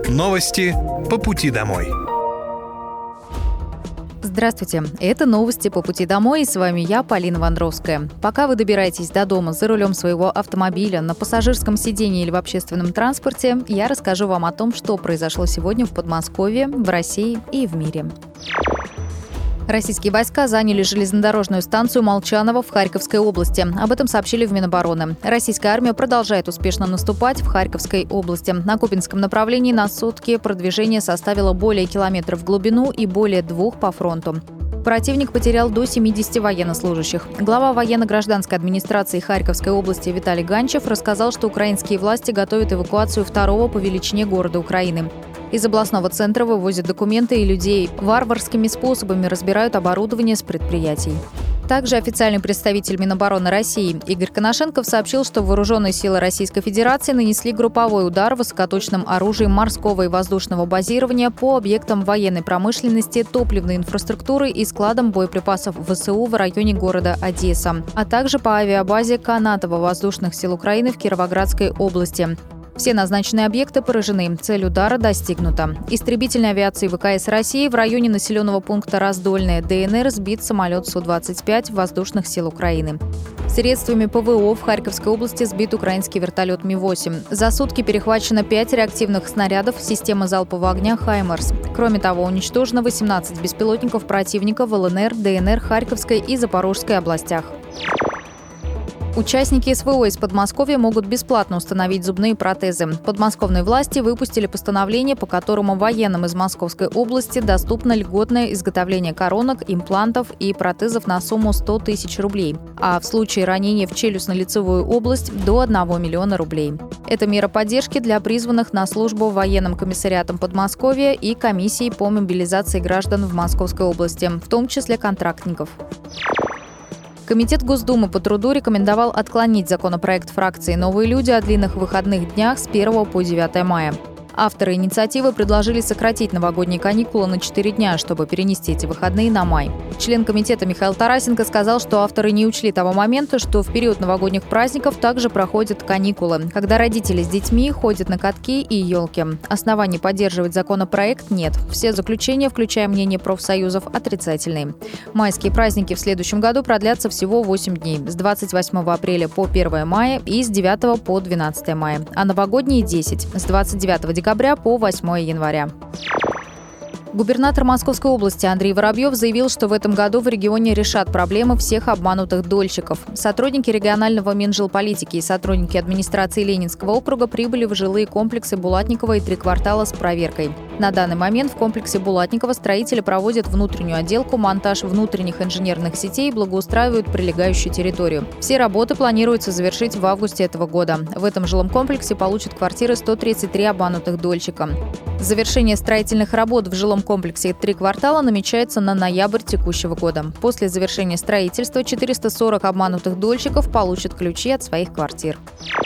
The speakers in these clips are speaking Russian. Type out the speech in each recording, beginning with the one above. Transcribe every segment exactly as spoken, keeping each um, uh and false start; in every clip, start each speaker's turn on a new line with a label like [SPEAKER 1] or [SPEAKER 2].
[SPEAKER 1] Новости по пути домой.
[SPEAKER 2] Здравствуйте, это новости по пути домой, и с вами я, Полина Вандровская. Пока вы добираетесь до дома за рулем своего автомобиля, на пассажирском сидении или в общественном транспорте, я расскажу вам о том, что произошло сегодня в Подмосковье, в России и в мире. Российские войска заняли железнодорожную станцию Молчаново в Харьковской области. Об этом сообщили в Минобороны. Российская армия продолжает успешно наступать в Харьковской области. На Купинском направлении на сутки продвижение составило более километра в глубину и более двух по фронту. Противник потерял до семидесяти военнослужащих. Глава военно-гражданской администрации Харьковской области Виталий Ганчев рассказал, что украинские власти готовят эвакуацию второго по величине города Украины. Из областного центра вывозят документы и людей. Варварскими способами разбирают оборудование с предприятий. Также официальный представитель Минобороны России Игорь Коношенков сообщил, что вооруженные силы Российской Федерации нанесли групповой удар высокоточным оружием морского и воздушного базирования по объектам военной промышленности, топливной инфраструктуры и складам боеприпасов ВСУ в районе города Одесса, а также по авиабазе Канатово воздушных сил Украины в Кировоградской области. Все назначенные объекты поражены. Цель удара достигнута. Истребительной авиации ВКС России в районе населенного пункта Раздольное ДНР сбит самолет Су двадцать пять воздушных сил Украины. Средствами ПВО в Харьковской области сбит украинский вертолет Ми восемь. За сутки перехвачено пять реактивных снарядов системы залпового огня «Хаймарс». Кроме того, уничтожено восемнадцать беспилотников противника в ЛНР, ДНР, Харьковской и Запорожской областях. Участники СВО из Подмосковья могут бесплатно установить зубные протезы. Подмосковные власти выпустили постановление, по которому военным из Московской области доступно льготное изготовление коронок, имплантов и протезов на сумму сто тысяч рублей, а в случае ранения в челюстно-лицевую область – до одного миллиона рублей. Это мера поддержки для призванных на службу военным комиссариатом Подмосковья и комиссией по мобилизации граждан в Московской области, в том числе контрактников. Комитет Госдумы по труду рекомендовал отклонить законопроект фракции «Новые люди» о длинных выходных днях с первого по девятое мая. Авторы инициативы предложили сократить новогодние каникулы на четыре дня, чтобы перенести эти выходные на май. Член комитета Михаил Тарасенко сказал, что авторы не учли того момента, что в период новогодних праздников также проходят каникулы, когда родители с детьми ходят на катки и елки. Оснований поддерживать законопроект нет. Все заключения, включая мнение профсоюзов, отрицательные. Майские праздники в следующем году продлятся всего восемь дней – с двадцать восьмого апреля по первое мая и с девятого по двенадцатое мая, а новогодние – десять – с двадцать девятого декабря по восьмое января. Губернатор Московской области Андрей Воробьев заявил, что в этом году в регионе решат проблемы всех обманутых дольщиков. Сотрудники регионального Минжилполитики и сотрудники администрации Ленинского округа прибыли в жилые комплексы Булатникова и три квартала с проверкой. На данный момент в комплексе Булатникова строители проводят внутреннюю отделку, монтаж внутренних инженерных сетей и благоустраивают прилегающую территорию. Все работы планируется завершить в августе этого года. В этом жилом комплексе получат квартиры сто тридцать три обманутых дольщика. Завершение строительных работ в жилом комплексе «Три квартала» намечается на ноябрь текущего года. После завершения строительства четыреста сорок обманутых дольщиков получат ключи от своих квартир.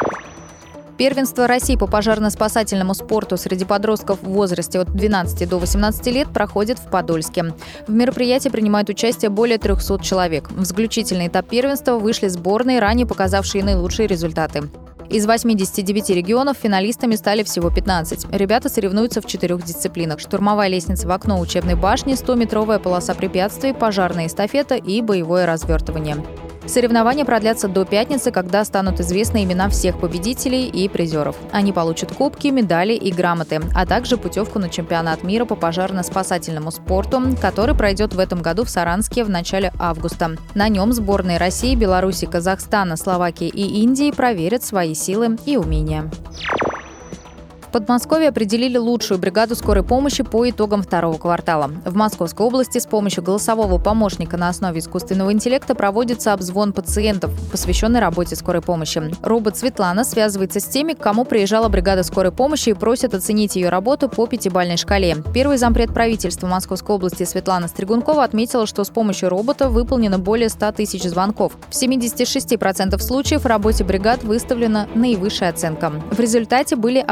[SPEAKER 2] Первенство России по пожарно-спасательному спорту среди подростков в возрасте от двенадцати до восемнадцати лет проходит в Подольске. В мероприятии принимают участие более трехсот человек. В заключительный этап первенства вышли сборные, ранее показавшие наилучшие результаты. Из восьмидесяти девяти регионов финалистами стали всего пятнадцать. Ребята соревнуются в четырех дисциплинах: штурмовая лестница в окно учебной башни, стометровая полоса препятствий, пожарная эстафета и боевое развертывание. Соревнования продлятся до пятницы, когда станут известны имена всех победителей и призеров. Они получат кубки, медали и грамоты, а также путевку на чемпионат мира по пожарно-спасательному спорту, который пройдет в этом году в Саранске в начале августа. На нем сборные России, Беларуси, Казахстана, Словакии и Индии проверят свои силы и умения. В Подмосковье определили лучшую бригаду скорой помощи по итогам второго квартала. В Московской области с помощью голосового помощника на основе искусственного интеллекта проводится обзвон пациентов, посвященный работе скорой помощи. Робот Светлана связывается с теми, к кому приезжала бригада скорой помощи, и просит оценить ее работу по пятибалльной шкале. Первый зампред правительства Московской области Светлана Стригункова отметила, что с помощью робота выполнено более ста тысяч звонков. В семидесяти шести процентах случаев работе бригад выставлена наивысшая оценка. В результате были определены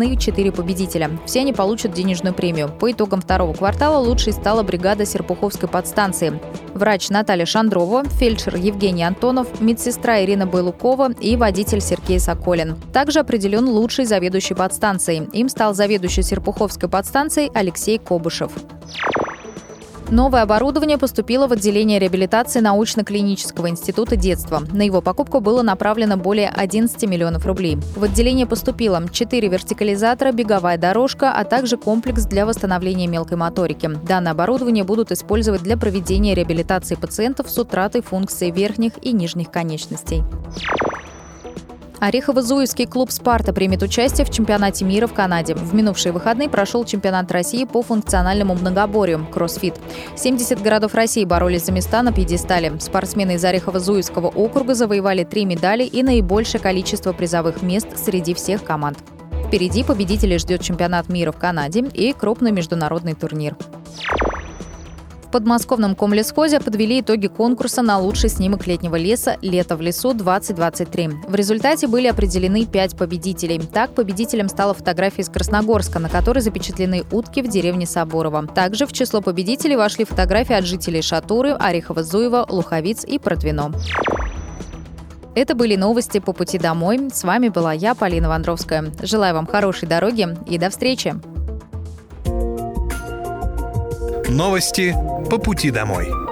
[SPEAKER 2] определены четыре победителя. Все они получат денежную премию. По итогам второго квартала лучшей стала бригада Серпуховской подстанции. Врач Наталья Шандрова, фельдшер Евгений Антонов, медсестра Ирина Байлукова и водитель Сергей Соколин. Также определен лучший заведующий подстанцией. Им стал заведующий Серпуховской подстанцией Алексей Кобышев. Новое оборудование поступило в отделение реабилитации научно-клинического института детства. На его покупку было направлено более одиннадцати миллионов рублей. В отделение поступило четыре вертикализатора, беговая дорожка, а также комплекс для восстановления мелкой моторики. Данное оборудование будут использовать для проведения реабилитации пациентов с утратой функций верхних и нижних конечностей. Орехово-Зуевский клуб «Спарта» примет участие в чемпионате мира в Канаде. В минувшие выходные прошел чемпионат России по функциональному многоборью «Кроссфит». семьдесят городов России боролись за места на пьедестале. Спортсмены из Орехово-Зуевского округа завоевали три медали и наибольшее количество призовых мест среди всех команд. Впереди победителей ждет чемпионат мира в Канаде и крупный международный турнир. В подмосковном комлесхозе подвели итоги конкурса на лучший снимок летнего леса «Лето в лесу-двадцать двадцать три». В результате были определены пять победителей. Так, победителем стала фотография из Красногорска, на которой запечатлены утки в деревне Соборово. Также в число победителей вошли фотографии от жителей Шатуры, Орехово-Зуева, Луховиц и Протвино. Это были новости по пути домой. С вами была я, Полина Вандровская. Желаю вам хорошей дороги и до встречи!
[SPEAKER 1] Новости по пути домой.